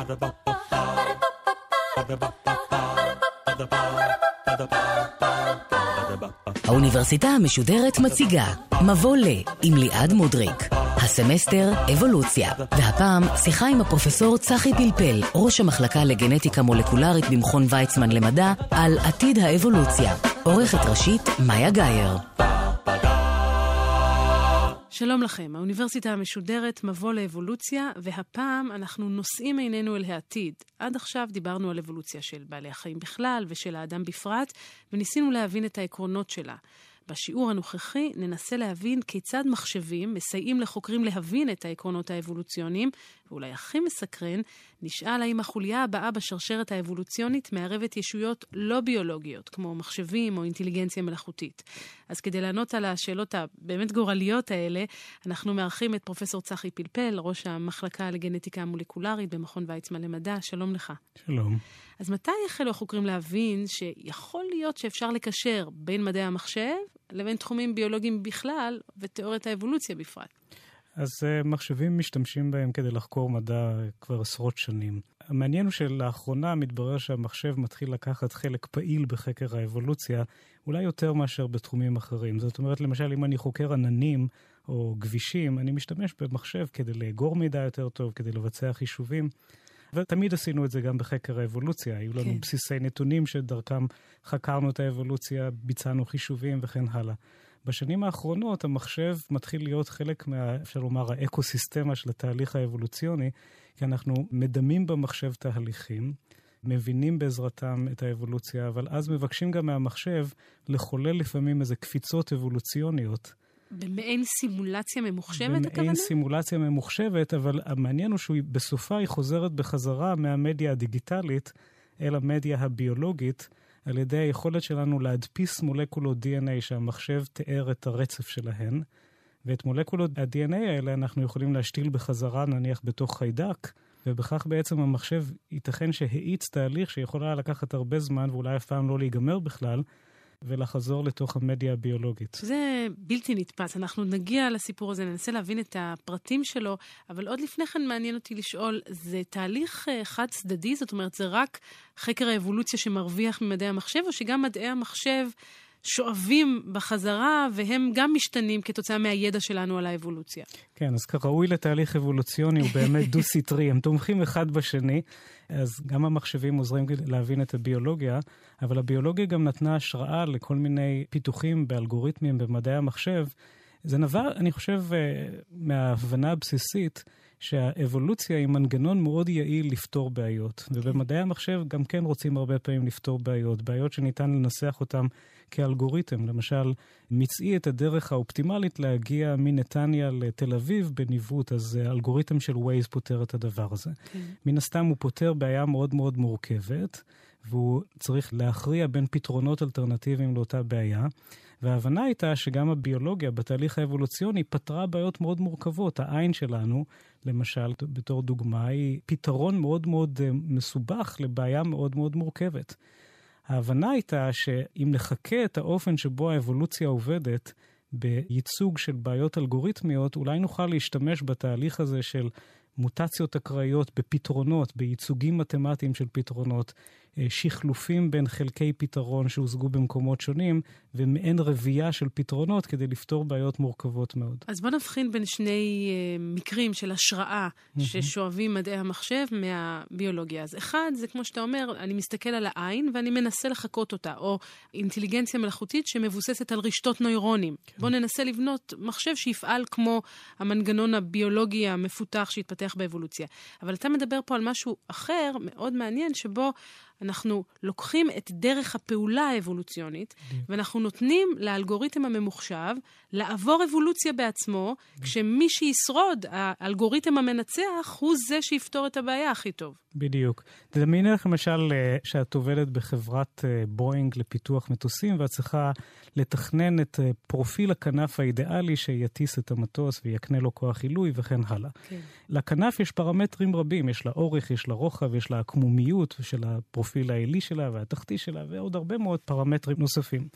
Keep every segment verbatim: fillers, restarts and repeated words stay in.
האוניברסיטה המשודרת מציגה מבוא ל עם ליעד מודריק. הסמסטר אבולוציה, והפעם שיחה עם הפרופסור צחי פלפל, ראש המחלקה לגנטיקה מולקולרית במכון ויצמן למדע, על עתיד האבולוציה. עורכת ראשית מאיה גייר. שלום לכם, האוניברסיטה המשודרת מבוא לאבולוציה, והפעם אנחנו נושאים עינינו אל העתיד. עד עכשיו דיברנו על אבולוציה של בעלי החיים בכלל ושל האדם בפרט, וניסינו להבין את העקרונות שלה. בשיעור הנוכחי ננסה להבין כיצד מחשבים מסייעים לחוקרים להבין את העקרונות האבולוציוניים, ואולי הכי מסקרן, נשאל האם החוליה הבאה בשרשרת האבולוציונית מערבת ישויות לא ביולוגיות, כמו מחשבים או אינטליגנציה מלאכותית. אז כדי לענות על השאלות הבאמת גורליות האלה, אנחנו מארחים את פרופסור צחי פלפל, ראש המחלקה לגנטיקה מולקולרית במכון ויצמן למדע. שלום לך. שלום. אז מתי החלו החוקרים להבין שיכול להיות שאפשר לקשר בין מדעי המחשב לבין תחומים ביולוגיים בכלל ותיאוריית האבולוציה בפרט? אז uh, מחשבים משתמשים בהם כדי לחקור מדע כבר עשרות שנים. המעניין הוא שלאחרונה מתברר שהמחשב מתחיל לקחת חלק פעיל בחקר האבולוציה, אולי יותר מאשר בתחומים אחרים. זאת אומרת, למשל, אם אני חוקר עננים או גבישים, אני משתמש במחשב כדי לאגור מידע יותר טוב, כדי לבצע חישובים. ותמיד עשינו את זה גם בחקר האבולוציה. היו לנו כן. בסיסי נתונים שדרכם חקרנו את האבולוציה, ביצענו חישובים וכן הלאה. בשנים האחרונות המחשב מתחיל להיות חלק מה, אפשר לומר, האקוסיסטמה של התהליך האבולוציוני, כי אנחנו מדמים במחשב תהליכים, מבינים בעזרתם את האבולוציה, אבל אז מבקשים גם מהמחשב לחולל לפעמים איזה קפיצות אבולוציוניות. במעין סימולציה ממוחשבת, הכוונה? במעין סימולציה ממוחשבת, אבל המעניין הוא שבסופה היא חוזרת בחזרה מהמדיה הדיגיטלית אל המדיה הביולוגית, על ידי היכולת שלנו להדפיס מולקולות די אן איי שהמחשב תיאר את הרצף שלהן, ואת מולקולות ה-די אן איי האלה אנחנו יכולים להשתיל בחזרה נניח בתוך חיידק, ובכך בעצם המחשב ייתכן שהאיץ תהליך שיכולה לקחת הרבה זמן ואולי אף פעם לא להיגמר בכלל, ולחזור לתוך המדיה הביולוגית. זה בלתי נתפס. אנחנו נגיע לסיפור הזה, ננסה להבין את הפרטים שלו, אבל עוד לפני כן מעניין אותי לשאול, זה תהליך חד צדדי? זאת אומרת, זה רק חקר האבולוציה שמרוויח ממדעי המחשב, או שגם מדעי המחשב שואבים בחזרה, והם גם משתנים כתוצאה מהידע שלנו על האבולוציה? כן, אז כראוי לתהליך אבולוציוני הוא באמת דו-סטרי, הם תומכים אחד בשני, אז גם המחשבים עוזרים להבין את הביולוגיה, אבל הביולוגיה גם נתנה השראה לכל מיני פיתוחים באלגוריתמים במדעי המחשב. זה נבע, אני חושב, מההבנה הבסיסית שהאבולוציה היא מנגנון מאוד יעיל לפתור בעיות. ובמדעי המחשב גם כן רוצים הרבה פעמים לפתור בעיות. בעיות שניתן לנסח אותם כאלגוריתם. למשל, מצאי את הדרך האופטימלית להגיע מנתניה לתל אביב בניווט, אז אלגוריתם של ווייז פותר את הדבר הזה. Okay. מן הסתם הוא פותר בעיה מאוד מאוד מורכבת, והוא צריך להכריע בין פתרונות אלטרנטיביים לאותה בעיה. וההבנה הייתה שגם הביולוגיה בתהליך האבולוציוני פתרה בעיות מאוד מורכבות. העין שלנו, למשל, בתור דוגמה, היא פתרון מאוד מאוד מסובך לבעיה מאוד מאוד מורכבת. ההבנה הייתה שאם נחכה את האופן שבו האבולוציה עובדת בייצוג של בעיות אלגוריתמיות, אולי נוכל להשתמש בתהליך הזה של מוטציות אקראיות בפתרונות, בייצוגים מתמטיים של פתרונות, שחלופים בין חלקי פתרון שהושגו במקומות שונים, ומעין רבייה של פתרונות כדי לפתור בעיות מורכבות מאוד. אז בוא נבחין בין שני uh, מקרים של השראה mm-hmm. ששואבים מדעי המחשב מהביולוגיה. אז אחד, זה כמו שאתה אומר, אני מסתכל על העין ואני מנסה לחקות אותה, או אינטליגנציה מלאכותית שמבוססת על רשתות נוירונים. כן. בוא ננסה לבנות מחשב שיפעל כמו המנגנון הביולוגי המפותח שהתפתח באבולוציה. אבל אתה מדבר פה על משהו אחר, מאוד מעניין, שבו אנחנו לוקחים את דרך הפעולה האבולוציונית, ואנחנו נותנים לאלגוריתם הממוחשב לעבור אבולוציה בעצמו, כשמי שישרוד, האלגוריתם המנצח, הוא זה שיפתור את הבעיה הכי טוב. בדיוק. תדמייני לך למשל שאת עובדת בחברת בואינג לפיתוח מטוסים, ואת צריכה לתכנן את פרופיל הכנף האידיאלי שיטיס את המטוס ויקנה לו כוח עילוי וכן הלאה. כן. לכנף יש פרמטרים רבים, יש לה אורך, יש לה רוחב, יש לה עקמומיות של הפרופיל העילי שלה והתחתי שלה, ועוד הרבה מאוד פרמטרים נוספים.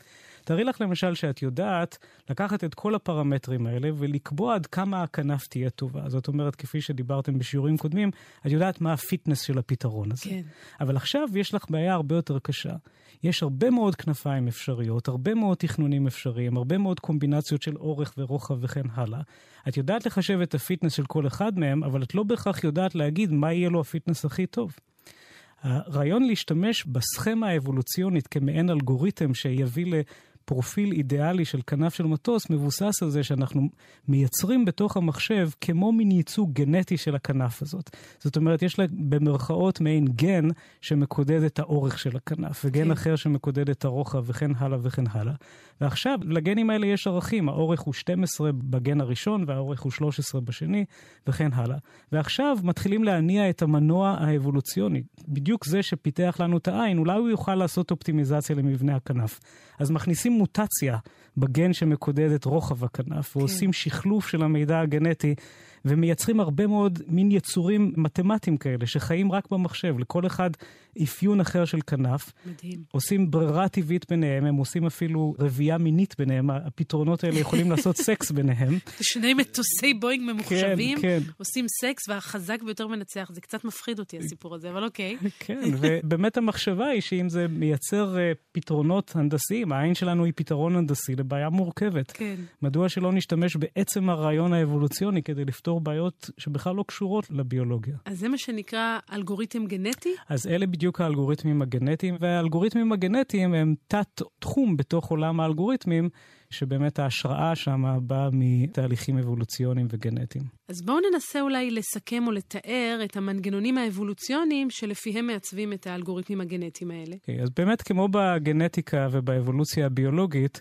תארי לך למשל שאת יודעת לקחת את כל הפרמטרים האלה ולקבוע עד כמה הכנף תהיה טובה. זאת אומרת, כפי שדיברתם בשיעורים קודמים, את יודעת מה הפיטנס של הפתרון הזה. כן. אבל עכשיו יש לך בעיה הרבה יותר קשה. יש הרבה מאוד כנפיים אפשריות, הרבה מאוד תכנונים אפשריים, הרבה מאוד קומבינציות של אורך ורוחב וכן הלאה. את יודעת לחשב את הפיטנס של כל אחד מהם, אבל את לא בהכרח יודעת להגיד מה יהיה לו הפיטנס הכי טוב. הרעיון להשתמש בסכמה האבולוציונית כמעין אלגוריתם שיביא לפרופיל אידיאלי של כנף של מטוס, מבוסס על זה שאנחנו מייצרים בתוך המחשב כמו מין ייצוג גנטי של הכנף הזאת. זאת אומרת, יש לה במרכאות מעין גן שמקודד את האורך של הכנף, וגן אחר שמקודד את הרוחב וכן הלאה וכן הלאה. ועכשיו, לגנים האלה יש ערכים. האורך הוא שתים עשרה בגן הראשון, והאורך הוא שלוש עשרה בשני, וכן הלאה. ועכשיו מתחילים להניע את המנוע האבולוציוני. בדיוק זה שפיתח לנו את העין, אולי הוא יוכל לעשות אופטימיזציה למבנה הכנף. אז מכניסים מוטציה בגן שמקודד את רוחב הכנף, כן. ועושים שחלוף של המידע הגנטי, ומייצרים הרבה מאוד מין יצורים מתמטיים כאלה, שחיים רק במחשב, לכל אחד אפיון אחר של כנף. מדהים. עושים ברירה טבעית ביניהם, הם עושים אפילו רבייה מינית ביניהם, הפתרונות האלה יכולים לעשות סקס ביניהם. שני מטוסי בוינג ממוחשבים, כן, כן. עושים סקס, והחזק ביותר מנצח. זה קצת מפחיד אותי הסיפור הזה, אבל אוקיי. כן, ובאמת המחשבה היא שאם זה מייצר פתרונות הנדסיים, העין שלנו היא פתרון הנדסי לבעיה מורכבת. כן. מדוע שלא נשתמש בעצם הרעיון האבולוציוני כדי לפתור בעיות שבכלל לא קשורות לביולוגיה. אז זה מה שנקרא אלגוריתם גנטי? אז אלה בדיוק האלגוריתמים הגנטיים, והאלגוריתמים הגנטיים הם תת תחום בתוך עולם האלגוריתמים, שבאמת ההשראה שם באה מתהליכים אבולוציוניים וגנטיים. אז בואו ננסה אולי לסכם או לתאר את המנגנונים האבולוציוניים שלפיהם מעצבים את האלגוריתמים הגנטיים האלה. Okay, אז באמת כמו בגנטיקה ובאבולוציה הביולוגית,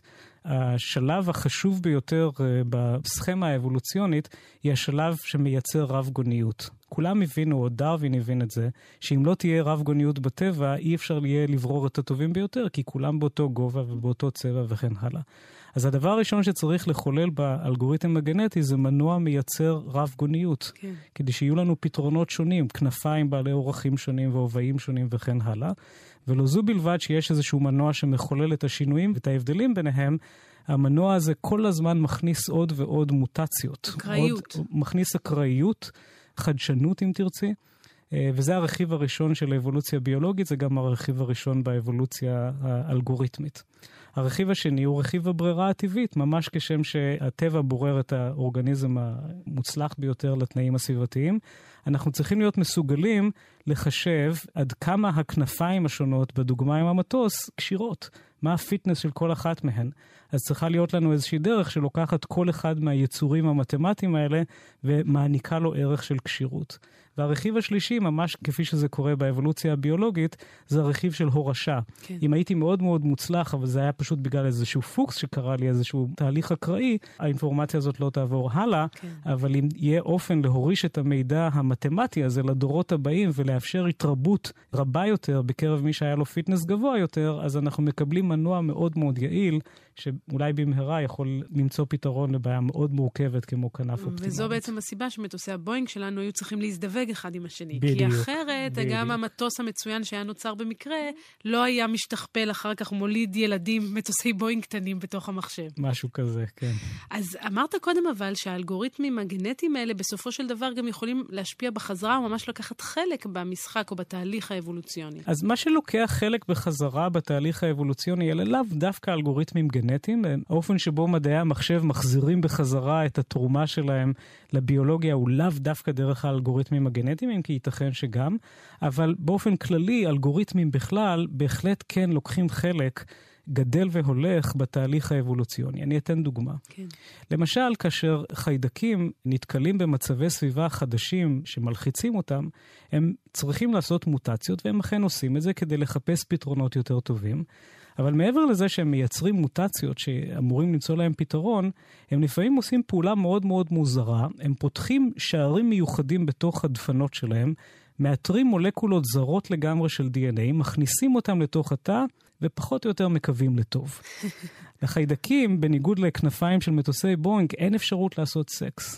השלב החשוב ביותר בסכמה האבולוציונית היא השלב שמייצר רב גוניות. כולם הבינו, או דרווין הבין את זה, שאם לא תהיה רב גוניות בטבע, אי אפשר יהיה לברור את הטובים ביותר, כי כולם באותו גובה ובאותו צבע וכן הלאה. אז הדבר הראשון שצריך לחולל באלגוריתם הגנטי זה מנוע מייצר רב גוניות. כן. כדי שיהיו לנו פתרונות שונים, כנפיים בעלי אורכים שונים והובעים שונים וכן הלאה. ולא זו בלבד שיש איזשהו מנוע שמחולל את השינויים ואת ההבדלים ביניהם, המנוע הזה כל הזמן מכניס עוד ועוד מוטציות. אקראיות. עוד, מכניס אקראיות, חדשנות אם תרצי. וזה הרכיב הראשון של האבולוציה הביולוגית, זה גם הרכיב הראשון באבולוציה האלגוריתמית. הרכיב השני הוא רכיב הברירה הטבעית, ממש כשם שהטבע בורר את האורגניזם המוצלח ביותר לתנאים הסביבתיים. אנחנו צריכים להיות מסוגלים לחשב עד כמה הכנפיים השונות בדוגמה עם המטוס קשירות. מה הפיטנס של כל אחת מהן. אז צריכה להיות לנו איזושהי דרך שלוקחת כל אחד מהיצורים המתמטיים האלה ומעניקה לו ערך של קשירות. והרכיב השלישי, ממש כפי שזה קורה באבולוציה הביולוגית, זה הרכיב של הורשה. כן. אם הייתי מאוד מאוד מוצלח, אבל זה היה פשוט בגלל איזשהו פוקס שקרה לי, איזשהו תהליך אקראי, האינפורמציה הזאת לא תעבור הלאה, כן. אבל אם יהיה אופן להוריש את המידע המתמטי הזה לדורות הבאים ולאפשר התרבות רבה יותר בקרב מי שהיה לו פיטנס גבוה יותר, אז אנחנו מקבלים מנוע מאוד מאוד יעיל, שאולי במהרה יכול למצוא פתרון לבעיה מאוד מורכבת כמו כנף אופטימלית. וזו בעצם הסיבה שמטוסי הבוינג שלנו היו צריכים להזדווג אחד עם השני. בדיוק. כי אחרת, בדיוק. גם המטוס המצוין שהיה נוצר במקרה, לא היה משתכפל אחר כך מוליד ילדים, מטוסי בוינג קטנים בתוך המחשב. משהו כזה, כן. אז אמרת קודם אבל שהאלגוריתמים הגנטיים האלה בסופו של דבר גם יכולים להשפיע בחזרה או ממש לקחת חלק במשחק או בתהליך האבולוציוני. אז מה שלוקח חלק בחזרה בתהליך האבולוציוני, אלה לאו דווקא אלגוריתמים גנטיים, האופן שבו מדעי המחשב מחזירים בחזרה את התרומה שלהם לביולוגיה הוא לאו דווקא דרך האלגוריתמים הגנטיים, אם כי ייתכן שגם, אבל באופן כללי, אלגוריתמים בכלל בהחלט כן לוקחים חלק גדל והולך בתהליך האבולוציוני. אני אתן דוגמה. כן. למשל, כאשר חיידקים נתקלים במצבי סביבה חדשים שמלחיצים אותם, הם צריכים לעשות מוטציות, והם אכן עושים את זה כדי לחפש פתרונות יותר טובים. אבל מעבר לזה שהם מייצרים מוטציות שאמורים למצוא להם פתרון, הם לפעמים עושים פעולה מאוד מאוד מוזרה, הם פותחים שערים מיוחדים בתוך הדפנות שלהם, מאתרים מולקולות זרות לגמרי של די אן איי, מכניסים אותם לתוך התא, ופחות או יותר מקווים לטוב. לחיידקים, בניגוד לכנפיים של מטוסי בוינג, אין אפשרות לעשות סקס.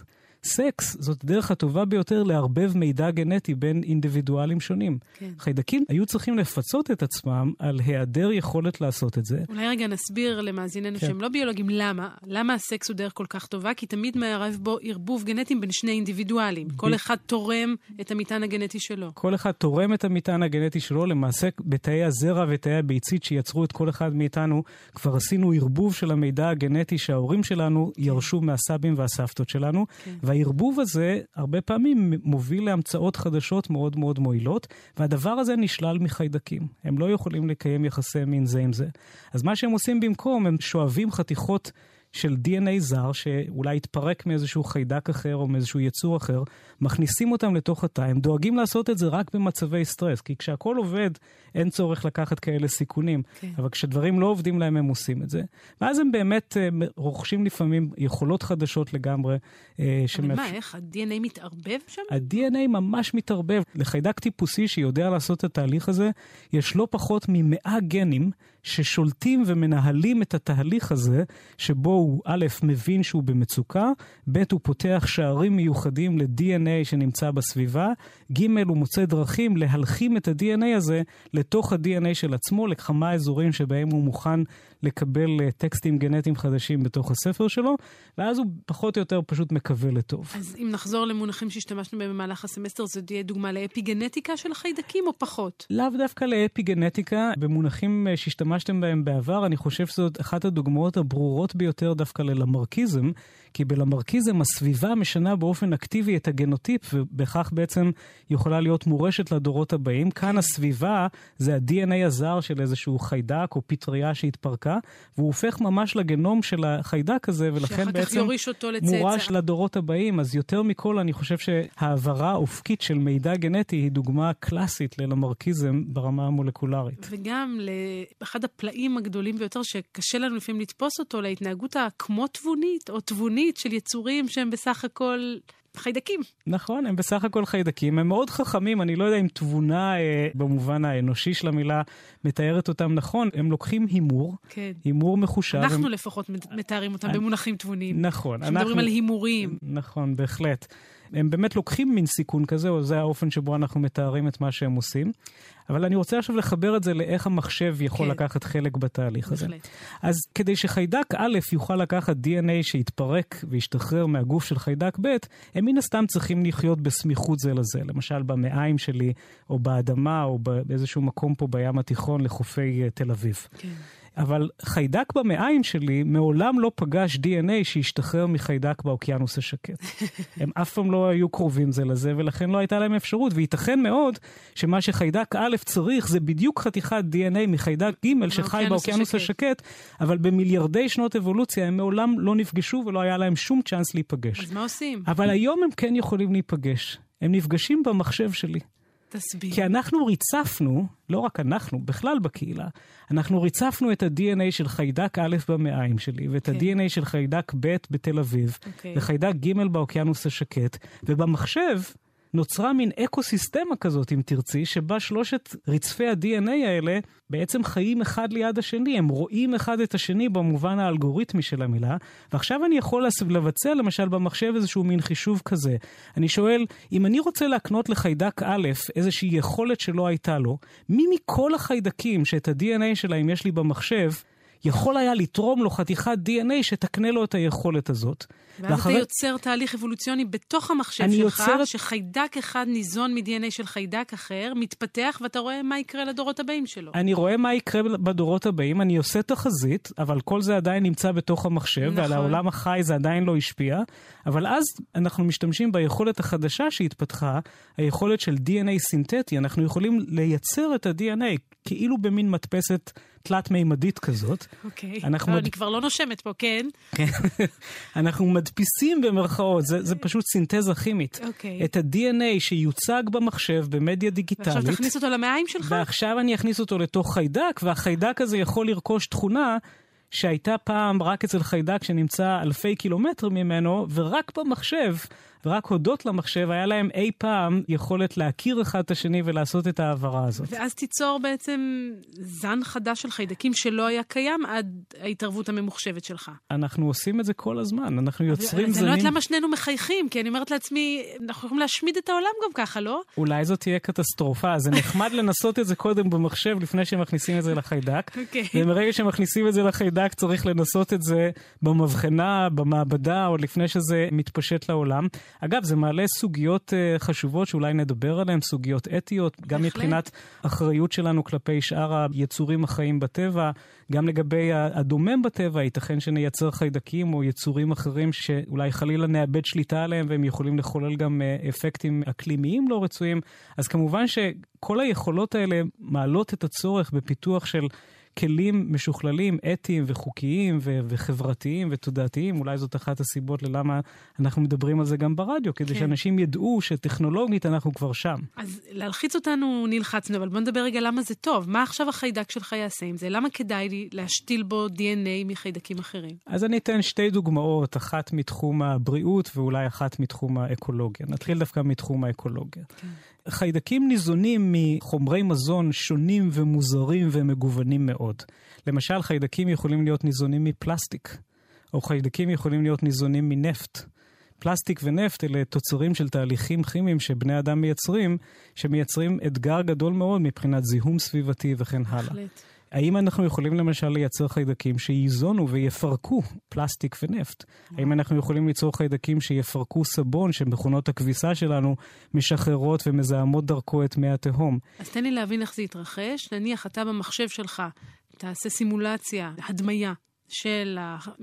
סקס זאת דרך הטובה ביותר לערבב מידע גנטי בין אינדיבידואלים שונים. כן. חיידקים היו צריכים לפצות את עצמם על היעדר יכולת לעשות את זה. אולי רגע נסביר למאזיננו כן. שהם לא ביולוגים למה. למה הסקס הוא דרך כל כך טובה? כי תמיד מערב בו ערבוב גנטיים בין שני אינדיבידואלים. כל אחד תורם את המטען הגנטי שלו. כל אחד תורם את המטען הגנטי שלו. למעשה בתאי הזרע ותאי הביצית שיצרו את כל אחד מאיתנו, כבר עשינו ערבוב של המידע הגנטי שההורים שלנו ירשו מהסבים והסבתות שלנו. כן. והערבוב הזה הרבה פעמים מוביל להמצאות חדשות מאוד מאוד מועילות, והדבר הזה נשלל מחיידקים. הם לא יכולים לקיים יחסי מין זה עם זה. אז מה שהם עושים במקום, הם שואבים חתיכות של די אן איי זר, שאולי יתפרק מאיזשהו חיידק אחר או מאיזשהו יצור אחר, מכניסים אותם לתוך התא, הם דואגים לעשות את זה רק במצבי סטרס, כי כשהכל עובד, אין צורך לקחת כאלה סיכונים, okay. אבל כשדברים לא עובדים להם, הם עושים את זה. ואז הם באמת uh, רוכשים לפעמים יכולות חדשות לגמרי. Uh, אבל שמאפ... מה, איך? ה-די אן איי מתערבב שם? ה-די אן איי ממש מתערבב. לחיידק טיפוסי שיודע לעשות את התהליך הזה, יש לא פחות ממאה גנים ששולטים ומנהלים את התהליך הזה, שבו הוא א', מבין שהוא במצוקה, ב', הוא פותח שערים מיוחדים ל-די אן איי שנמצא בסביבה, ג', הוא מוצא דרכים להלחים את ה-די אן איי הזה לתוך ה-די אן איי של עצמו, לכמה אזורים שבהם הוא מוכן לקבל טקסטים גנטיים חדשים בתוך הספר שלו, ואז הוא פחות או יותר פשוט מקווה לטוב. אז אם נחזור למונחים שהשתמשנו בהם במהלך הסמסטר, זו תהיה דוגמה לאפיגנטיקה של החיידקים או פחות? לאו דווקא לאפיגנטיקה, במונחים שהשתמשתם בהם בעבר, אני חושב שזאת אחת הדוגמאות הברורות ביותר דווקא ללמרקיזם, כי בלמרקיזם הסביבה משנה באופן אקטיבי את הגנוטיפ, ובכך בעצם יכולה להיות מורשת לדורות הבאים. כאן הסביבה זה ה-די אן איי הזר של איזשהו חיידק או פטריה שהתפרקה, והוא הופך ממש לגנום של החיידק הזה, ולכן בעצם מורש לדורות הבאים. אז יותר מכל אני חושב שהעברה אופקית של מידע גנטי היא דוגמה קלאסית ללמרקיזם ברמה המולקולרית. וגם לאחד הפלאים הגדולים ביותר שקשה לנו לפעמים לתפוס אותו, להתנהגות הכמו תבונית או תבונית של יצורים שהם בסך הכל חיידקים. נכון, הם בסך הכל חיידקים. הם מאוד חכמים, אני לא יודע אם תבונה אה, במובן האנושי של המילה מתארת אותם נכון. הם לוקחים הימור, כן. הימור מחושב. אנחנו הם... לפחות מתארים אותם אני... במונחים תבוניים. נכון. שמדברים אנחנו... על הימורים. נכון, בהחלט. הם באמת לוקחים מין סיכון כזה, או זה האופן שבו אנחנו מתארים את מה שהם עושים. אבל אני רוצה עכשיו לחבר את זה לאיך המחשב יכול כן. לקחת חלק בתהליך הזה. בהחלט. אז כדי שחיידק א' יוכל לקחת די אן איי שיתפרק וישתחרר מהגוף של חיידק ב', הם מן הסתם צריכים לחיות בסמיכות זה לזה. למשל במעיים שלי, או באדמה, או באיזשהו מקום פה בים התיכון לחופי תל אביב. כן. אבל חיידק במעיים שלי מעולם לא פגש די אן איי שהשתחרר מחיידק באוקיינוס השקט. הם אף פעם לא היו קרובים זה לזה, ולכן לא הייתה להם אפשרות. וייתכן מאוד שמה שחיידק א' צריך זה בדיוק חתיכת די אן איי מחיידק ג' שחי באוקיינוס השקט, אבל במיליארדי שנות אבולוציה הם מעולם לא נפגשו ולא היה להם שום צ'אנס להיפגש. אז מה עושים? אבל היום הם כן יכולים להיפגש. הם נפגשים במחשב שלי. תסביר. כי אנחנו ריצפנו, לא רק אנחנו, בכלל בקהילה, אנחנו ריצפנו את ה-די אן איי של חיידק א' במעיים שלי, ואת okay. ה-די אן איי של חיידק ב' בתל אביב, okay. וחיידק ג' באוקיינוס השקט, ובמחשב נוצרה מין אקוסיסטמה כזאת, אם תרצי, שבה שלושת רצפי ה-די אן איי האלה בעצם חיים אחד ליד השני, הם רואים אחד את השני במובן האלגוריתמי של המילה, ועכשיו אני יכול לבצע למשל במחשב איזשהו מין חישוב כזה. אני שואל, אם אני רוצה להקנות לחיידק א' איזושהי יכולת שלא הייתה לו, מי מכל החיידקים שאת ה-די אן איי שלהם יש לי במחשב, יכול היה לתרום לו חתיכת די אן איי שתקנה לו את היכולת הזאת. ואז ואחרי... אתה יוצר תהליך אבולוציוני בתוך המחשב שלך, יוצר... שחיידק אחד ניזון מ-די אן איי של חיידק אחר, מתפתח ואתה רואה מה יקרה לדורות הבאים שלו. אני רואה מה יקרה בדורות הבאים, אני עושה תחזית, אבל כל זה עדיין נמצא בתוך המחשב, נכון. ועל העולם החי זה עדיין לא השפיע, אבל אז אנחנו משתמשים ביכולת החדשה שהתפתחה, היכולת של די אן איי סינתטי, אנחנו יכולים לייצר את ה-די אן איי, כאילו במין מדפסת תלת מימדית כזאת. אוקיי. אנחנו מד... אני כבר לא נושמת פה, כן? כן. אנחנו מדפיסים במרכאות, זה, זה פשוט סינתזה כימית. אוקיי. את ה-די אן איי שיוצג במחשב, במדיה דיגיטלית. ועכשיו תכניס אותו למעיים שלך? ועכשיו אני אכניס אותו לתוך חיידק, והחיידק הזה יכול לרכוש תכונה שהייתה פעם רק אצל חיידק שנמצא אלפי קילומטר ממנו, ורק במחשב ורק הודות למחשב היה להם אי פעם יכולת להכיר אחד את השני ולעשות את העברה הזאת. ואז תיצור בעצם זן חדש של חיידקים שלא היה קיים עד ההתערבות הממוחשבת שלך. אנחנו עושים את זה כל הזמן, אנחנו יוצרים זנים... אני לא יודעת למה שנינו מחייכים, כי אני אומרת לעצמי, אנחנו יכולים להשמיד את העולם גם ככה, לא? אולי זאת תהיה קטסטרופה, זה נחמד לנסות את זה קודם במחשב לפני שמכניסים את זה לחיידק, okay. ומרגע שמכניסים את זה לחיידק צריך לנסות את זה במבחנה, במעבדה, או לפני שזה מתפשט לעולם. אגב, זה מעלה סוגיות uh, חשובות שאולי נדבר עליהן, סוגיות אתיות, גם מבחינת אחריות שלנו כלפי שאר היצורים החיים בטבע, גם לגבי הדומם בטבע, ייתכן שנייצר חיידקים או יצורים אחרים שאולי חלילה נאבד שליטה עליהם, והם יכולים לחולל גם אפקטים אקלימיים לא רצויים. אז כמובן שכל היכולות האלה מעלות את הצורך בפיתוח של כלים משוכללים, אתיים וחוקיים ו- וחברתיים ותודעתיים. אולי זאת אחת הסיבות ללמה אנחנו מדברים על זה גם ברדיו, כדי כן. שאנשים ידעו שטכנולוגית אנחנו כבר שם. אז להלחיץ אותנו נלחצנו, אבל בוא נדבר רגע למה זה טוב. מה עכשיו החיידק שלך יעשה עם זה? למה כדאי לי להשתיל בו די אן איי מחיידקים אחרים? אז אני אתן שתי דוגמאות, אחת מתחום הבריאות ואולי אחת מתחום האקולוגיה. נתחיל דווקא מתחום האקולוגיה. כן. חיידקים ניזונים מחומרי מזון שונים ומוזרים ומגוונים מאוד. למשל, חיידקים יכולים להיות ניזונים מפלסטיק, או חיידקים יכולים להיות ניזונים מנפט. פלסטיק ונפט אלה תוצרים של תהליכים כימיים שבני אדם מייצרים, שמייצרים אתגר גדול מאוד מבחינת זיהום סביבתי וכן הלאה. האם אנחנו יכולים למשל לייצר חיידקים שיזונו ויפרקו פלסטיק ונפט? האם אנחנו יכולים ליצור חיידקים שיפרקו סבון שמכונות הכביסה שלנו משחררות ומזהמות דרכו את מי התהום? אז תן לי להבין איך זה יתרחש. נניח אתה במחשב שלך, תעשה סימולציה, הדמיה של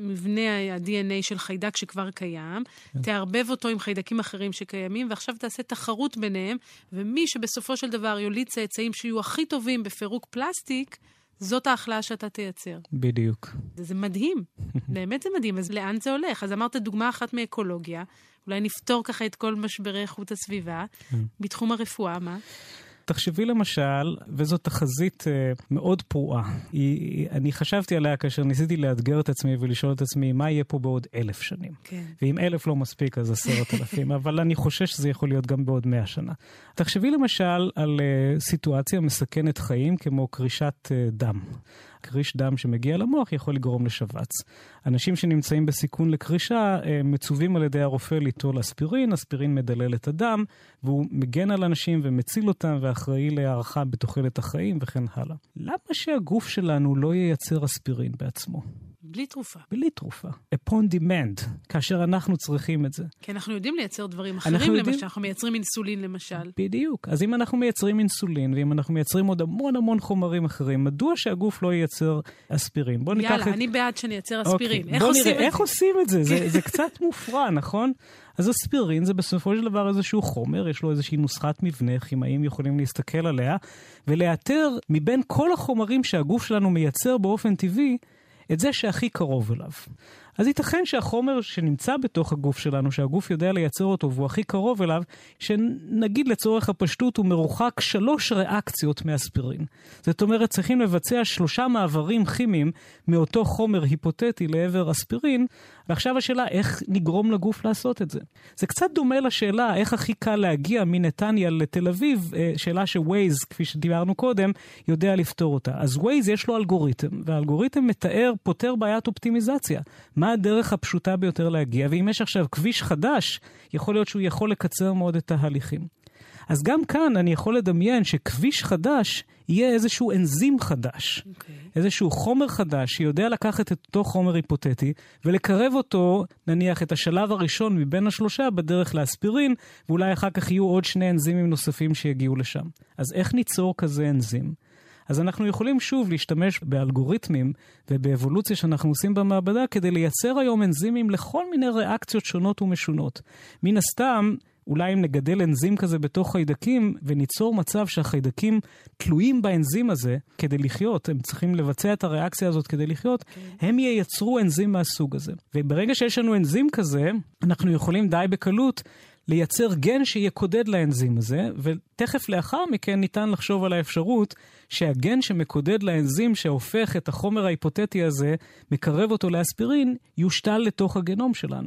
מבנה ה-די אן איי של חיידק שכבר קיים, תערבב אותו עם חיידקים אחרים שקיימים, ועכשיו תעשה תחרות ביניהם, ומי שבסופו של דבר יוליד צאצאים שיהיו הכי טובים בפירוק פלסטיק, זאת ההחלאה שאתה תייצר. בדיוק. זה, זה מדהים. באמת זה מדהים. אז לאן זה הולך? אז אמרת דוגמה אחת מאקולוגיה. אולי נפתור ככה את כל משברי איכות הסביבה. בתחום הרפואה, מה? תחשבי למשל, וזו תחזית uh, מאוד פרועה. היא, אני חשבתי עליה כאשר ניסיתי לאתגר את עצמי ולשאול את עצמי מה יהיה פה בעוד אלף שנים. כן. ואם אלף לא מספיק, אז עשרת אלפים. אבל אני חושש שזה יכול להיות גם בעוד מאה שנה. תחשבי למשל על uh, סיטואציה מסכנת חיים כמו קרישת uh, דם. קריש דם שמגיע למוח יכול לגרום לשבץ. אנשים שנמצאים בסיכון לקרישה מצווים על ידי הרופא ליטול אספירין, אספירין מדלל את הדם, והוא מגן על אנשים ומציל אותם ואחראי להערכה בתוחלת החיים וכן הלאה. למה שהגוף שלנו לא ייצר אספירין בעצמו? בלי תרופה. בלי תרופה. upon demand, כאשר אנחנו צריכים את זה. כי אנחנו יודעים לייצר דברים אחרים, אנחנו למשל, יודעים... אנחנו מייצרים אינסולין למשל. בדיוק. אז אם אנחנו מייצרים אינסולין, ואם אנחנו מייצרים עוד המון המון חומרים אחרים, מדוע שהגוף לא ייצר אספירין? בוא ניקח יאללה, את... אני בעד שאני אייצר אספירין. אוקיי, איך בוא עושים נראה, את איך זה? עושים את זה? זה, זה קצת מופרע, נכון? אז אספירין זה בסופו של דבר איזשהו חומר, יש לו איזושהי נוסחת מבנה, כימאים יכולים להסתכל עליה, ולאתר מבין כל החומרים שהגוף שלנו מייצר באופן טבעי, את זה שהכי קרוב אליו. אז ייתכן שהחומר שנמצא בתוך הגוף שלנו, שהגוף יודע לייצר אותו והוא הכי קרוב אליו, שנגיד לצורך הפשטות הוא מרוחק שלוש ריאקציות מאספירין. זאת אומרת, צריכים לבצע שלושה מעברים כימיים מאותו חומר היפותטי לעבר אספירין, ועכשיו השאלה איך נגרום לגוף לעשות את זה. זה קצת דומה לשאלה איך הכי קל להגיע מנתניה לתל אביב, שאלה שווייז, כפי שדיברנו קודם, יודע לפתור אותה. אז ווייז יש לו אלגוריתם, והאלגוריתם מתאר, פותר בעיית אופטימיזציה. מה הדרך הפשוטה ביותר להגיע? ואם יש עכשיו כביש חדש, יכול להיות שהוא יכול לקצר מאוד את ההליכים. אז גם כאן אני יכול לדמיין שכביש חדש יהיה איזשהו אנזים חדש. Okay. איזשהו חומר חדש שיודע לקחת את אותו חומר היפותטי ולקרב אותו, נניח את השלב הראשון מבין השלושה בדרך לאספירין, ואולי אחר כך יהיו עוד שני אנזימים נוספים שיגיעו לשם. אז איך ניצור כזה אנזים? אז אנחנו יכולים שוב להשתמש באלגוריתמים ובאבולוציה שאנחנו עושים במעבדה כדי לייצר היום אנזימים לכל מיני ריאקציות שונות ומשונות. מן הסתם, אולי אם נגדל אנזים כזה בתוך חיידקים וניצור מצב שהחיידקים תלויים באנזים הזה כדי לחיות, הם צריכים לבצע את הריאקציה הזאת כדי לחיות, okay. הם ייצרו אנזים מהסוג הזה. וברגע שיש לנו אנזים כזה, אנחנו יכולים די בקלות לייצר גן שיקודד לאנזים הזה, ותכף לאחר מכן ניתן לחשוב על האפשרות שהגן שמקודד לאנזים שהופך את החומר ההיפותטי הזה, מקרב אותו לאספירין, יושתל לתוך הגנום שלנו.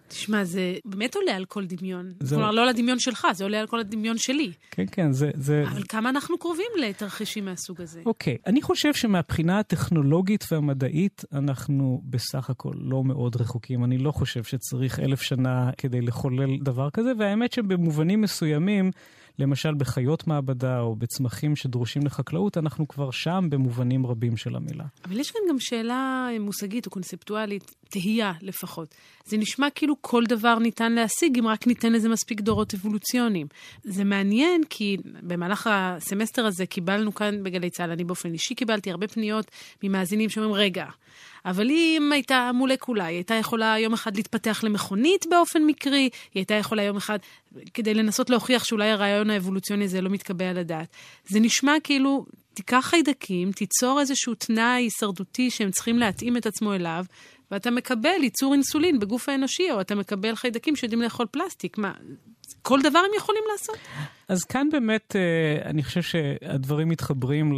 תשמע, זה באמת עולה על כל דמיון. זה... כלומר, לא על הדמיון שלך, זה עולה על כל הדמיון שלי. כן, כן, זה... זה... אבל כמה אנחנו קרובים לתרחישים מהסוג הזה? אוקיי, אני חושב שמהבחינה הטכנולוגית והמדעית, אנחנו בסך הכל לא מאוד רחוקים. אני לא חושב שצריך אלף שנה כדי לחולל דבר כזה, והאמת שבמובנים מסוימים, למשל בחיות מעבדה או בצמחים שדרושים לחקלאות, אנחנו כבר שם במובנים רבים של המילה. אבל יש כאן גם שאלה מושגית או קונספטואלית, תהייה לפחות. זה נשמע כאילו כל דבר ניתן להשיג, אם רק ניתן לזה מספיק דורות אבולוציוניים. זה מעניין, כי במהלך הסמסטר הזה קיבלנו כאן בגלי צהל, אני באופן אישי קיבלתי הרבה פניות ממאזינים שאומרים, רגע, אבל אם הייתה מולקולה, היא הייתה יכולה יום אחד להתפתח למכונית באופן מקרי, היא הייתה יכולה יום אחד, כדי לנסות להוכיח שאולי הרעיון האבולוציוני הזה לא מתקבל על הדעת. זה נשמע כאילו, תיקח חיידקים, תיצור איזשהו תנאי הישרדותי שהם צריכים להתאים את עצמו אליו, ואתה מקבל ייצור אינסולין בגוף האנושי, או אתה מקבל חיידקים שיודעים לאכול פלסטיק. מה, כל דבר הם יכולים לעשות? אז כאן באמת, אני חושב שהדברים מתחברים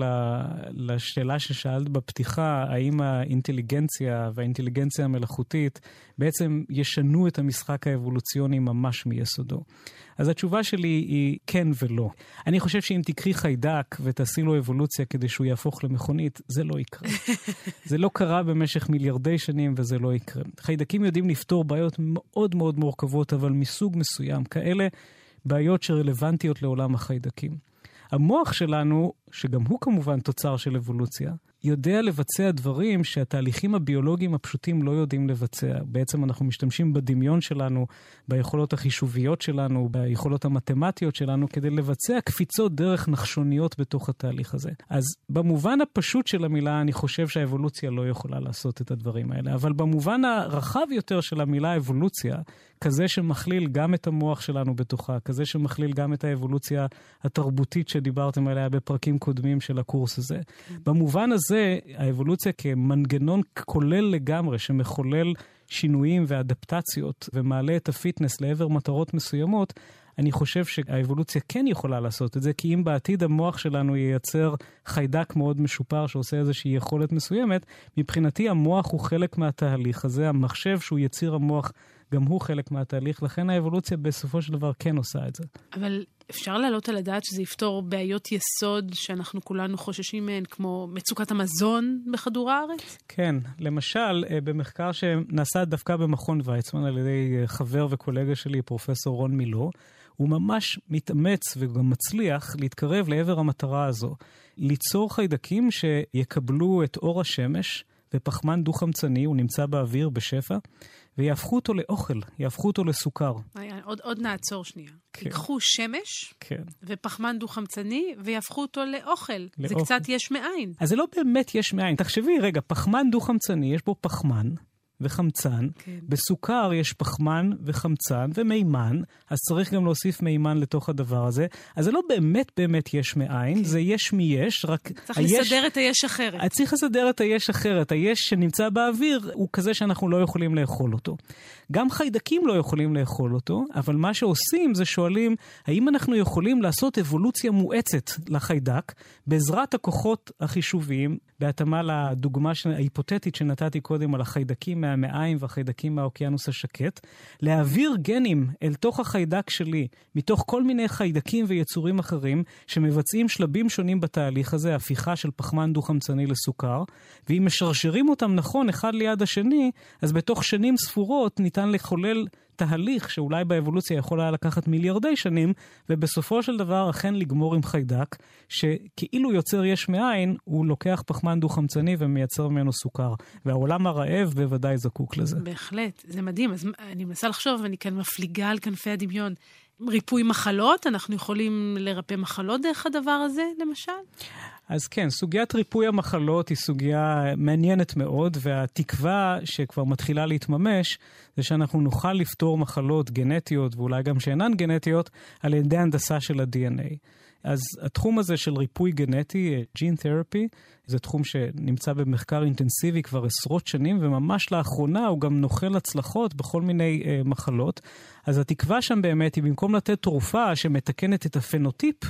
לשאלה ששאלת בפתיחה, האם האינטליגנציה והאינטליגנציה המלאכותית בעצם ישנו את המשחק האבולוציוני ממש מיסודו. אז התשובה שלי היא כן ולא. אני חושב שאם תקחי חיידק ותעשי לו אבולוציה כדי שהוא יהפוך למכונית, זה לא יקרה. זה לא קרה במשך מיליארדי שנים וזה לא יקרה. חיידקים יודעים לפתור בעיות מאוד מאוד מורכבות, אבל מסוג מסוים, כאלה בעיות שרלוונטיות לעולם החיידקים. המוח שלנו, שגם הוא כמובן תוצר של אבולוציה, יודע לבצע דברים שהתהליכים הביולוגיים הפשוטים לא יודעים לבצע. בעצם אנחנו משתמשים בדמיון שלנו, ביכולות החישוביות שלנו, ביכולות המתמטיות שלנו, כדי לבצע קפיצות דרך נחשוניות בתוך התהליך הזה. אז במובן הפשוט של המילה, אני חושב שהאבולוציה לא יכולה לעשות את הדברים האלה. אבל במובן הרחב יותר של המילה אבולוציה, כזה שמכליל גם את המוח שלנו בתוכה, כזה שמכליל גם את האבולוציה התרבותית שדיברתם עליה בפרקים קודמים של הקורס הזה. במובן הזה, האבולוציה כמנגנון כולל לגמרי, שמחולל שינויים ואדפטציות, ומעלה את הפיטנס לעבר מטרות מסוימות, אני חושב שהאבולוציה כן יכולה לעשות את זה, כי אם בעתיד המוח שלנו ייצר חיידק מאוד משופר שעושה איזושהי יכולת מסוימת, מבחינתי המוח הוא חלק מהתהליך הזה, המחשב שהוא יציר המוח גם הוא חלק מהתהליך, לכן האבולוציה בסופו של דבר כן עושה את זה. אבל אפשר להעלות על הדעת שזה יפתור בעיות יסוד שאנחנו כולנו חוששים מהן, כמו מצוקת המזון בכדור הארץ? כן, למשל, במחקר שנעשה דווקא במכון ויצמן על ידי חבר וקולגה שלי, פרופסור רון מילו, הוא ממש מתאמץ וגם מצליח להתקרב לעבר המטרה הזו, ליצור חיידקים שיקבלו את אור השמש ופחמן דו-חמצני, הוא נמצא באוויר בשפע, ויהפכו אותו לאוכל, יהפכו אותו לסוכר. עוד, עוד נעצור שנייה. כן. ייקחו שמש כן. ופחמן דו-חמצני, ויהפכו אותו לאוכל. לאוכל. זה קצת יש מאין. אז זה לא באמת יש מאין. תחשבי, רגע, פחמן דו-חמצני, יש בו פחמן וחמצן. כן. בסוכר יש פחמן וחמצן ומימן, אז צריך גם להוסיף מימן לתוך הדבר הזה. אז זה לא באמת באמת יש מאין, כן. זה יש מיש, רק צריך היש... לסדר את היש אחרת. צריך לסדר את היש אחרת. היש שנמצא באוויר הוא כזה שאנחנו לא יכולים לאכול אותו. גם חיידקים לא יכולים לאכול אותו, אבל מה שעושים זה שואלים, האם אנחנו יכולים לעשות אבולוציה מואצת לחיידק, בעזרת הכוחות החישוביים, בהתאמה לדוגמה ההיפותטית שנתתי קודם על החיידקים מהמעיים והחיידקים מהאוקיינוס השקט, להעביר גנים אל תוך החיידק שלי, מתוך כל מיני חיידקים ויצורים אחרים, שמבצעים שלבים שונים בתהליך הזה, הפיכה של פחמן דו-חמצני לסוכר, ואם משרשרים אותם נכון אחד ליד השני, אז בתוך שנים ספורות ניתן לחולל תהליך שאולי באבולוציה יכול היה לקחת מיליארדי שנים, ובסופו של דבר אכן לגמור עם חיידק, שכאילו יוצר יש מאין, הוא לוקח פחמן דו-חמצני ומייצר ממנו סוכר. והעולם הרעב בוודאי זקוק לזה. בהחלט, זה מדהים. אז אני מנסה לחשוב, ואני כאן מפליגה על כנפי הדמיון. ריפוי מחלות, אנחנו יכולים לרפא מחלות דרך הדבר הזה, למשל? אז כן, סוגיית ריפוי המחלות היא סוגיה מעניינת מאוד, והתקווה שכבר מתחילה להתממש, זה שאנחנו נוכל לפתור מחלות גנטיות, ואולי גם שאינן גנטיות, על ידי הנדסה של ה-די אן איי. אז התחום הזה של ריפוי גנטי, ג'ין תרפי, זה תחום שנמצא במחקר אינטנסיבי כבר עשרות שנים, וממש לאחרונה הוא גם נוחל הצלחות בכל מיני אה, מחלות. אז התקווה שם באמת היא במקום לתת תרופה שמתקנת את הפנוטיפ,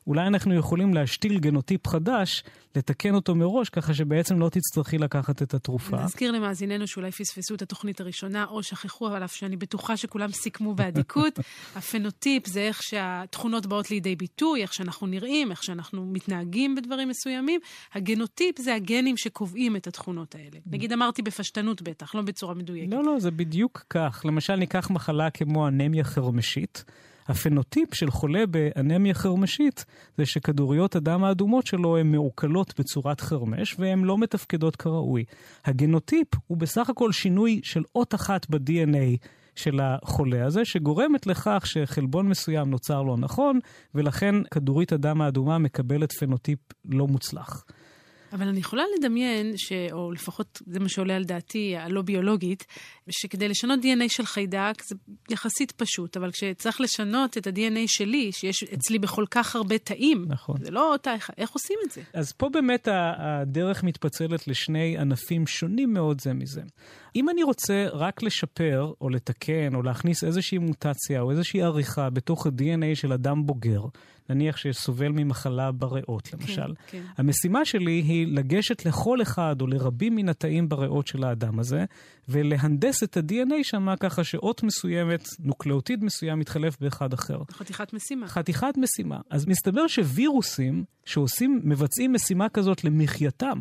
אולי אנחנו יכולים להשתיל גנוטיפ חדש, לתקן אותו מראש, ככה שבעצם לא תצטרכי לקחת את התרופה. נזכיר למאזיננו שאולי פספסו את התוכנית הראשונה, או שכחו, אבל אף שאני בטוחה שכולם סיכמו בעדיקות. הפנוטיפ זה איך שהתכונות באות לידי ביטוי, איך שאנחנו נראים, איך שאנחנו מתנהגים בדברים מסוימים. הגנוטיפ זה הגנים שקובעים את התכונות האלה. נגיד אמרתי בפשטנות בטח, לא בצורה מדויקת. לא, לא, זה בדיוק כך. למשל, ניקח מחלה כמו אנמיה חרמשית. הפנוטיפ של חולה באנמיה חרמשית זה שכדוריות הדם האדומות שלו הן מעוקלות בצורת חרמש והן לא מתפקדות כראוי. הגנוטיפ הוא בסך הכל שינוי של אות אחת ב-די אן איי של החולה הזה, שגורמת לכך שחלבון מסוים נוצר לא נכון, ולכן כדורית הדם האדומה מקבלת פנוטיפ לא מוצלח. אבל אני יכולה לדמיין, ש... או לפחות זה מה שעולה על דעתי, הלא ביולוגית, שכדי לשנות די אן איי של חיידק זה יחסית פשוט, אבל כשצריך לשנות את ה-די אן איי שלי, שיש אצלי בכל כך הרבה תאים, נכון. זה לא אותה, איך עושים את זה? אז פה באמת הדרך מתפצלת לשני ענפים שונים מאוד זה מזה. אם אני רוצה רק לשפר או לתקן או להכניס איזושהי מוטציה או איזושהי עריכה בתוך ה-די אן איי של אדם בוגר, נניח שסובל ממחלה בריאות למשל, כן, כן. המשימה שלי היא לגשת לכל אחד או לרבים מן התאים בריאות של האדם הזה, ולהנדס את ה-די אן איי שמה ככה שאות מסוימת, נוקלאוטיד מסוים מתחלף באחד אחר. חתיכת משימה. חתיכת משימה. אז מסתבר שווירוסים שעושים, מבצעים משימה כזאת למחייתם,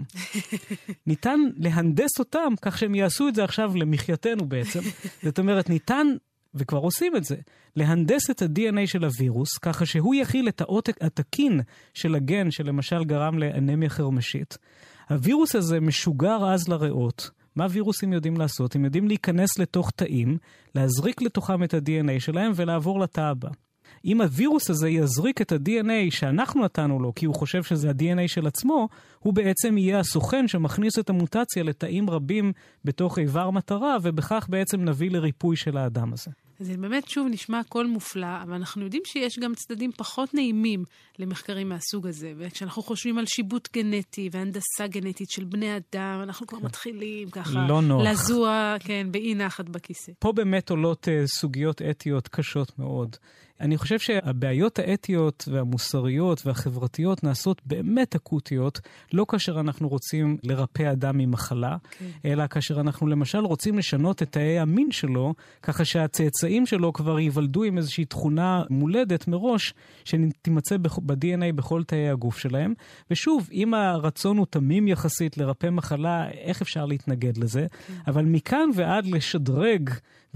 ניתן להנדס אותם כך שהם יעשו את זה עכשיו למחייתנו בעצם. זאת אומרת, ניתן, וכבר עושים את זה, להנדס את ה-די אן איי של הווירוס, ככה שהוא יכיל את האות התקין של הגן שלמשל גרם לאנמיה חרמשית. הווירוס הזה משוגר אז לריאות. מה וירוסים יודעים לעשות? הם יודעים להיכנס לתוך תאים, להזריק לתוכם את ה-די אן איי שלהם ולעבור לתא הבא. אם הווירוס הזה יזריק את ה-די אן איי שאנחנו נתנו לו, כי הוא חושב שזה ה-די אן איי של עצמו, הוא בעצם יהיה הסוכן שמכניס את המוטציה לתאים רבים בתוך איבר מטרה, ובכך בעצם נביא לריפוי של האדם הזה. זה באמת שוב נשמע הכל מופלא, אבל אנחנו יודעים שיש גם צדדים פחות נעימים למחקרים מהסוג הזה, וכשאנחנו חושבים על שיבוט גנטי והנדסה גנטית של בני אדם, אנחנו כבר מתחילים ככה לא נוח. לזוע, כן, באי נחת בכיסא. פה באמת עולות uh, סוגיות אתיות קשות מאוד. אני חושב שהבעיות האתיות והמוסריות והחברתיות נעשות באמת אקוטיות, לא כאשר אנחנו רוצים לרפא אדם ממחלה, okay. אלא כאשר אנחנו למשל רוצים לשנות את תאי המין שלו, ככה שהצאצאים שלו כבר ייוולדו עם איזושהי תכונה מולדת מראש, שתימצא ב-די אן איי בכל תאי הגוף שלהם. ושוב, אם הרצון הוא תמים יחסית לרפא מחלה, איך אפשר להתנגד לזה? Okay. אבל מכאן ועד לשדרג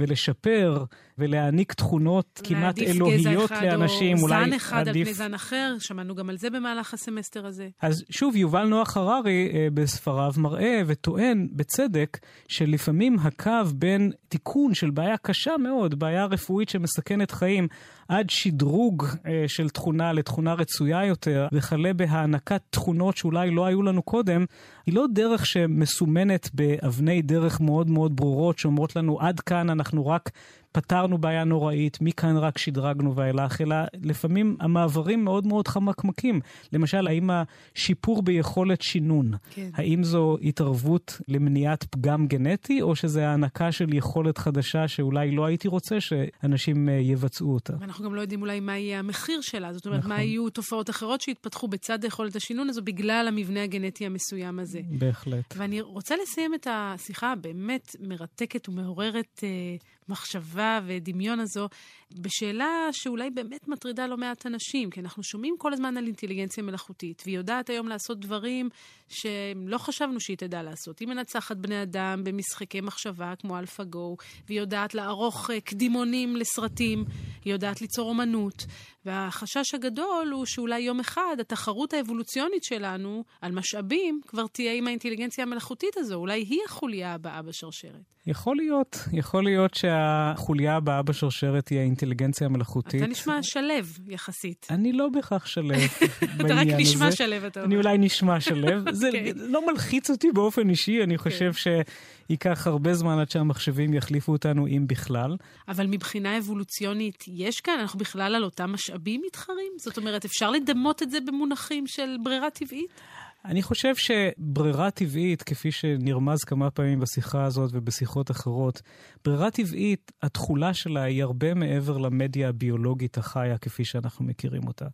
ולשפר ולהעניק תכונות כמעט אלוהיות לאנשים. או זן אחד על פני זן אחר, שמענו גם על זה במהלך הסמסטר הזה. אז שוב, יובל נוח הררי בספריו מראה וטוען בצדק שלפעמים הקו בין תיקון של בעיה קשה מאוד, בעיה רפואית שמסכנת חיים, עד שדרוג של תכונה לתכונה רצויה יותר, וחלה בהענקת תכונות שאולי לא היו לנו קודם, היא לא דרך שמסומנת באבני דרך מאוד מאוד ברורות, שאומרות לנו עד כאן אנחנו רק פתרנו בעיה נוראית, מכאן רק שדרגנו ואילך, אלא לפעמים המעברים מאוד מאוד חמקמקים. למשל, האם השיפור ביכולת שינון, כן. האם זו התערבות למניעת פגם גנטי, או שזה הענקה של יכולת חדשה שאולי לא הייתי רוצה שאנשים יבצעו אותה? ואנחנו גם לא יודעים אולי מה יהיה המחיר שלה, זאת אומרת, נכון. מה יהיו תופעות אחרות שהתפתחו בצד יכולת השינון הזו, בגלל המבנה הגנטי המסוים הזה. בהחלט. ואני רוצה לסיים את השיחה באמת מרתקת ומעוררת אה, מחשבה ודמיון הזו, בשאלה שאולי באמת מטרידה לא מעט אנשים, כי אנחנו שומעים כל הזמן על אינטליגנציה מלאכותית, והיא יודעת היום לעשות דברים שלא חשבנו שהיא תדע לעשות. היא מנצחת בני אדם במשחקי מחשבה כמו אלפא-גו, והיא יודעת לערוך קדימונים לסרטים, היא יודעת ליצור אומנות, והחשש הגדול הוא שאולי יום אחד התחרות האבולוציונית שלנו על משאבים כבר תהיה עם האינטליגנציה המלאכותית הזו, אולי היא החוליה הבאה בשרשרת. יכול להיות, יכול להיות שהחוליה הבאה בשרשרת היא האינטליגנציה המלאכותית. אתה נשמע שלב יחסית. אני לא בכך שלב בעניין הזה. אתה רק נשמע שלב, אתה אומר. אני אולי נשמע שלב. זה לא מלחיץ אותי באופן אישי, אני חושב שייקח הרבה זמן עד שהמחשבים יחליפו אותנו אם בכלל. אבל מבחינה אבולוציונית יש כאן, אנחנו בכלל על אותם משאבים מתחרים? זאת אומרת, אפשר לדמות את זה במונחים של ברירה טבעית? אני חושב שברירה טבעית, כפי שנרמז כמה פעמים בשיחה הזאת ובשיחות אחרות, ברירה טבעית, התחולה שלה היא הרבה מעבר למדיה הביולוגית החיה, כפי שאנחנו מכירים אותה.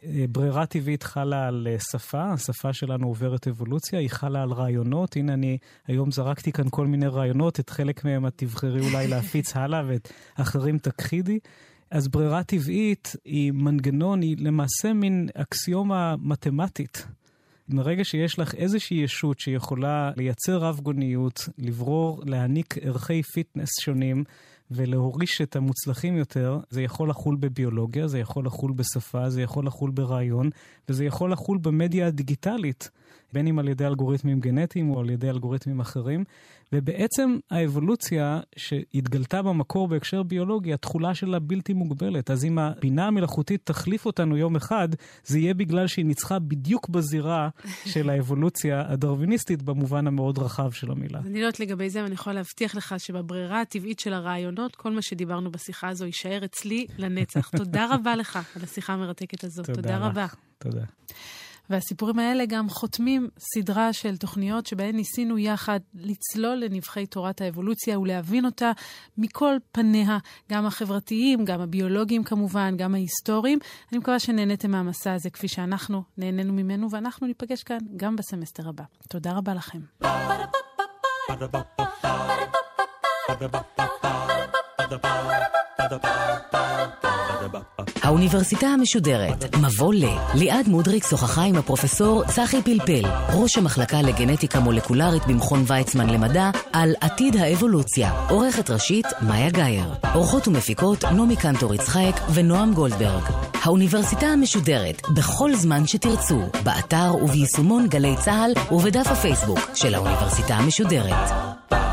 ברירה טבעית חלה על שפה, השפה שלנו עוברת אבולוציה, היא חלה על רעיונות. הנה אני היום זרקתי כאן כל מיני רעיונות, את חלק מהם את תבחרי אולי להפיץ הלאה ואת אחרים תכחידי. אז ברירה טבעית היא מנגנון, היא למעשה מין אקסיומה מתמטית. מרגע שיש לך איזושהי ישות שיכולה לייצר רב גוניות, לברור, להעניק ערכי פיטנס שונים, ולהוריש את המוצלחים יותר, זה יכול לחול בביולוגיה, זה יכול לחול בשפה, זה יכול לחול ברעיון, וזה יכול לחול במדיה הדיגיטלית, בין אם על ידי אלגוריתמים גנטיים או על ידי אלגוריתמים אחרים, ובעצם האבולוציה שהתגלתה במקור בהקשר ביולוגי, התחולה שלה בלתי מוגבלת. אז אם הבינה המלאכותית תחליף אותנו יום אחד, זה יהיה בגלל שהיא ניצחה בדיוק בזירה של האבולוציה הדרוויניסטית במובן המאוד רחב של המילה. אני לא יודעת לגבי זה, ואני יכולה להבטיח לך שבברירה הטבעית של הרעיונות, כל מה שדיברנו בשיחה הזו יישאר אצלי לנצח. תודה רבה לך על השיחה המרתקת הזאת. תודה, תודה רבה. תודה. והסיפורים האלה גם חותמים סדרה של תוכניות שבהן ניסינו יחד לצלול לנבחי תורת האבולוציה ולהבין אותה מכל פניה, גם החברתיים, גם הביולוגיים כמובן, גם ההיסטוריים. אני מקווה שנהניתם מהמסע הזה כפי שאנחנו נהנינו ממנו, ואנחנו ניפגש כאן גם בסמסטר הבא. תודה רבה לכם. האוניברסיטה המשודרת, מבוא ל. ליעד מודריק שוחחה עם הפרופסור צחי פלפל, ראש המחלקה לגנטיקה מולקולרית במכון ויצמן למדע, על עתיד האבולוציה. עורכת ראשית, מאיה גייר. עורכות ומפיקות, נעמי קנטור יצחק ונועם גולדברג. האוניברסיטה המשודרת, בכל זמן שתרצו, באתר וביישומון גלי צהל ובדף הפייסבוק של האוניברסיטה המשודרת.